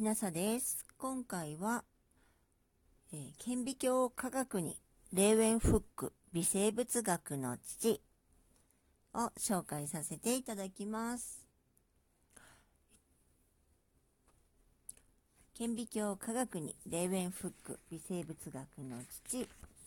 きなさです。今回は、顕微鏡科学にレーウェンフック微生物学の父を紹介させていただきます。顕微鏡科学にレーウェンフック微生物学の父。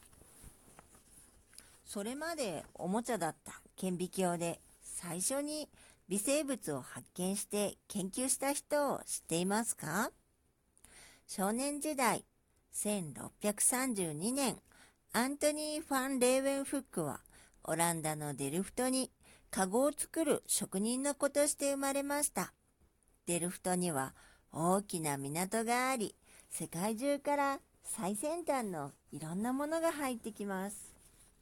それまでおもちゃだった顕微鏡で最初に微生物を発見して研究した人を知っていますか？少年時代、1632年、アントニー・ファン・レーウェンフックはオランダのデルフトにカゴを作る職人の子として生まれました。デルフトには大きな港があり、世界中から最先端のいろんなものが入ってきます。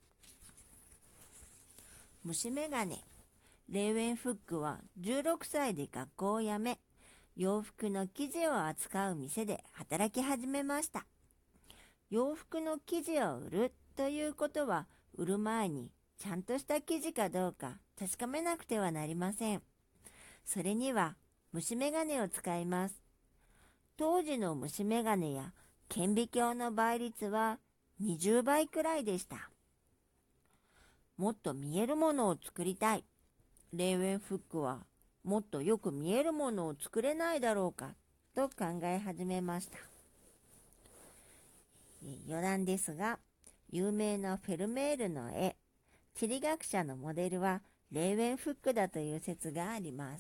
虫眼鏡。レーウェンフックは16歳で学校を辞め、洋服の生地を扱う店で働き始めました。洋服の生地を売るということは、売る前にちゃんとした生地かどうか確かめなくてはなりません。それには虫眼鏡を使います。当時の虫眼鏡や顕微鏡の倍率は20倍くらいでした。もっと見えるものを作りたい。レーウェンフックはもっとよく見えるものを作れないだろうかと考え始めました。余談ですが、有名なフェルメールの絵、地理学者のモデルはレーウェンフックだという説があります。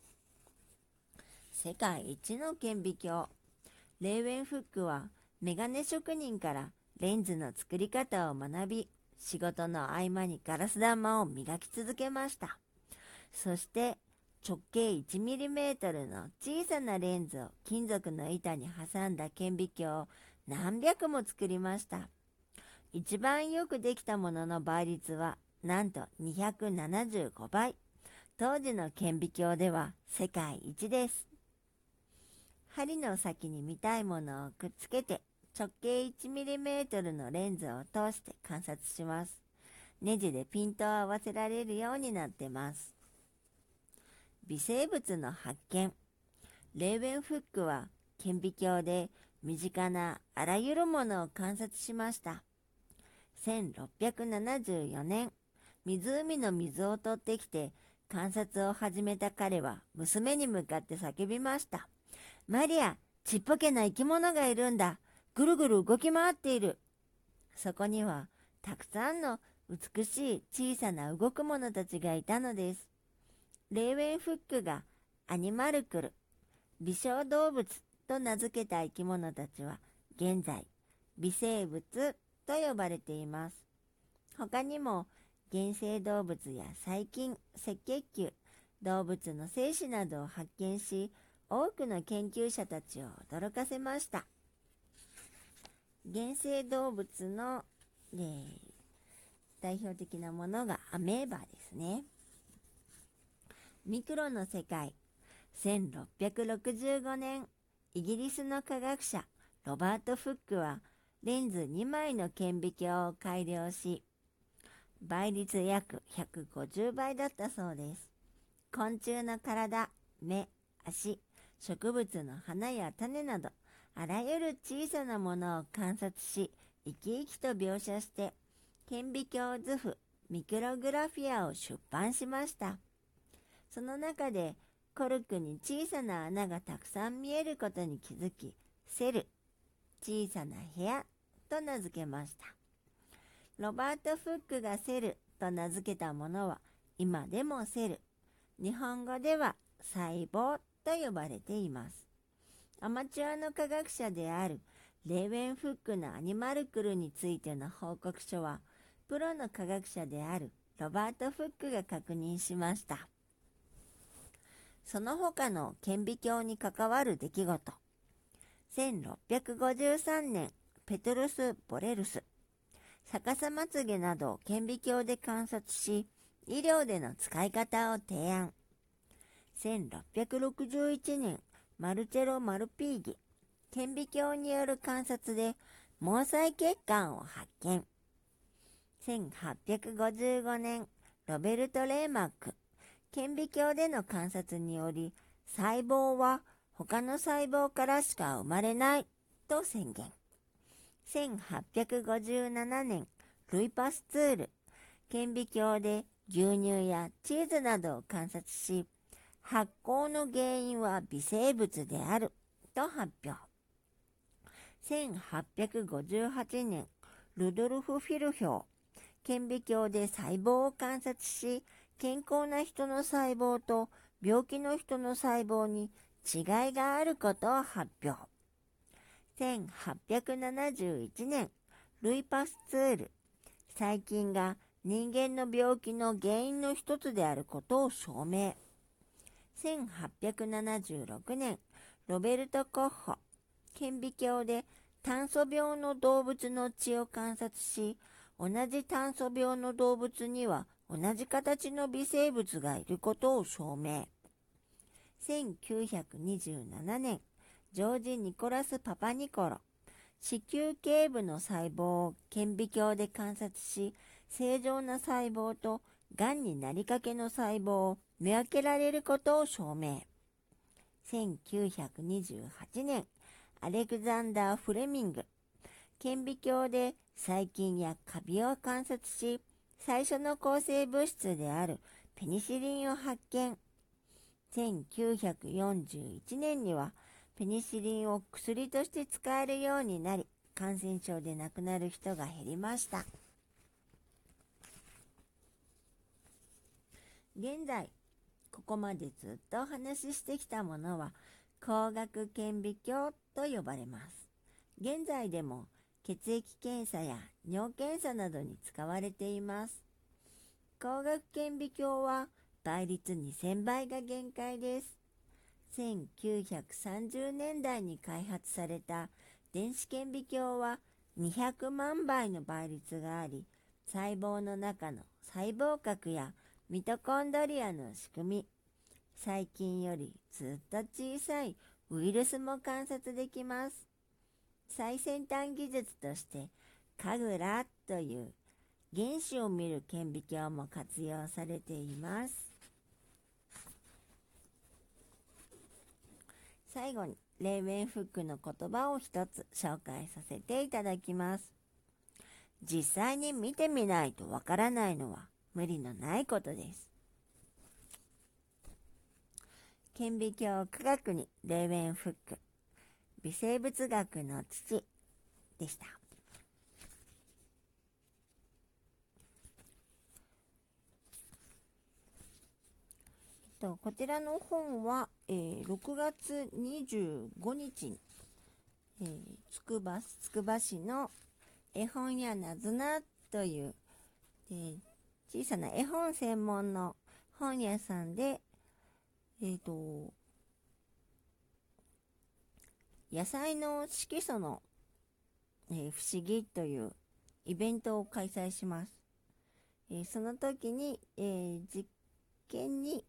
世界一の顕微鏡。レーウェンフックはメガネ職人からレンズの作り方を学び、仕事の合間にガラス玉を磨き続けました。そして直径 1mm の小さなレンズを金属の板に挟んだ顕微鏡を何百も作りました。一番よくできたものの倍率はなんと275倍。当時の顕微鏡では世界一です。針の先に見たいものをくっつけて直径 1mm のレンズを通して観察します。ネジでピントを合わせられるようになってます。微生物の発見。レーウェンフックは顕微鏡で身近なあらゆるものを観察しました。1674年、湖の水を取ってきて観察を始めた彼は娘に向かって叫びました。マリア、ちっぽけな生き物がいるんだ。ぐるぐる動き回っている。そこにはたくさんの美しい小さな動くものたちがいたのです。レーウェンフックがアニマルクル、微小動物と名付けた生き物たちは現在微生物と呼ばれています。他にも原生動物や細菌、赤血球、動物の精子などを発見し、多くの研究者たちを驚かせました。原生動物の、代表的なものがアメーバですね。ミクロの世界。1665年、イギリスの科学者ロバート・フックはレンズ2枚の顕微鏡を改良し、倍率約150倍だったそうです。昆虫の体、目、足、植物の花や種など、あらゆる小さなものを観察し、生き生きと描写して、顕微鏡図譜ミクログラフィアを出版しました。その中でコルクに小さな穴がたくさん見えることに気づき、セル、小さな部屋と名付けました。ロバート・フックがセルと名付けたものは今でもセル、日本語では細胞と呼ばれています。アマチュアの科学者であるレーウェンフックのアニマルクルについての報告書はプロの科学者であるロバート・フックが確認しました。その他の顕微鏡に関わる出来事。1653年、ペトルス・ボレルス、逆さまつげなどを顕微鏡で観察し、医療での使い方を提案。1661年、マルチェロ・マルピーギ、顕微鏡による観察で毛細血管を発見。1855年、ロベルト・レーマック、顕微鏡での観察により細胞は他の細胞からしか生まれないと宣言。1857年、ルイ・パスツール、顕微鏡で牛乳やチーズなどを観察し、発酵の原因は微生物であると発表。1858年、ルドルフ・フィルヒョー、顕微鏡で細胞を観察し、健康な人の細胞と病気の人の細胞に違いがあることを発表。1871年、ルイ・パスツール、細菌が人間の病気の原因の一つであることを証明。1876年、ロベルト・コッホ、顕微鏡で炭素病の動物の血を観察し、同じ炭素病の動物には同じ形の微生物がいることを証明。1927年、ジョージ・ニコラス・パパニコロ、子宮頸部の細胞を顕微鏡で観察し、正常な細胞とがんになりかけの細胞を見分けられることを証明。1928年、アレクザンダー・フレミング、顕微鏡で細菌やカビを観察し、最初の抗生物質であるペニシリンを発見。1941年にはペニシリンを薬として使えるようになり、感染症で亡くなる人が減りました。現在、ここまでずっとお話ししてきたものは光学顕微鏡と呼ばれます。現在でも血液検査や尿検査などに使われています。光学顕微鏡は倍率2000倍が限界です。1930年代に開発された電子顕微鏡は200万倍の倍率があり、細胞の中の細胞核やミトコンドリアの仕組み、細菌よりずっと小さいウイルスも観察できます。最先端技術としてカグラという原子を見る顕微鏡も活用されています。最後にレーウェンフックの言葉を一つ紹介させていただきます。実際に見てみないとわからないのは無理のないことです。顕微鏡科学にレーウェンフック、微生物学の父でした。こちらの本は、6月25日に、つくば市の絵本屋なずなという、小さな絵本専門の本屋さんで、野菜の色素の、不思議というイベントを開催します。その時に、実験に、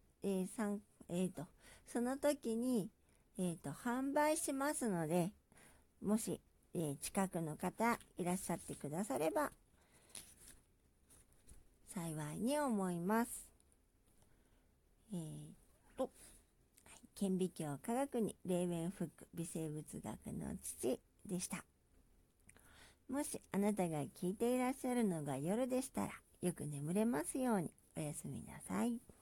その時に、販売しますので、もし、近くの方いらっしゃってくだされば幸いに思います。顕微鏡科学にレーウェンフック、微生物学の父でした。もしあなたが聞いていらっしゃるのが夜でしたら、よく眠れますように。おやすみなさい。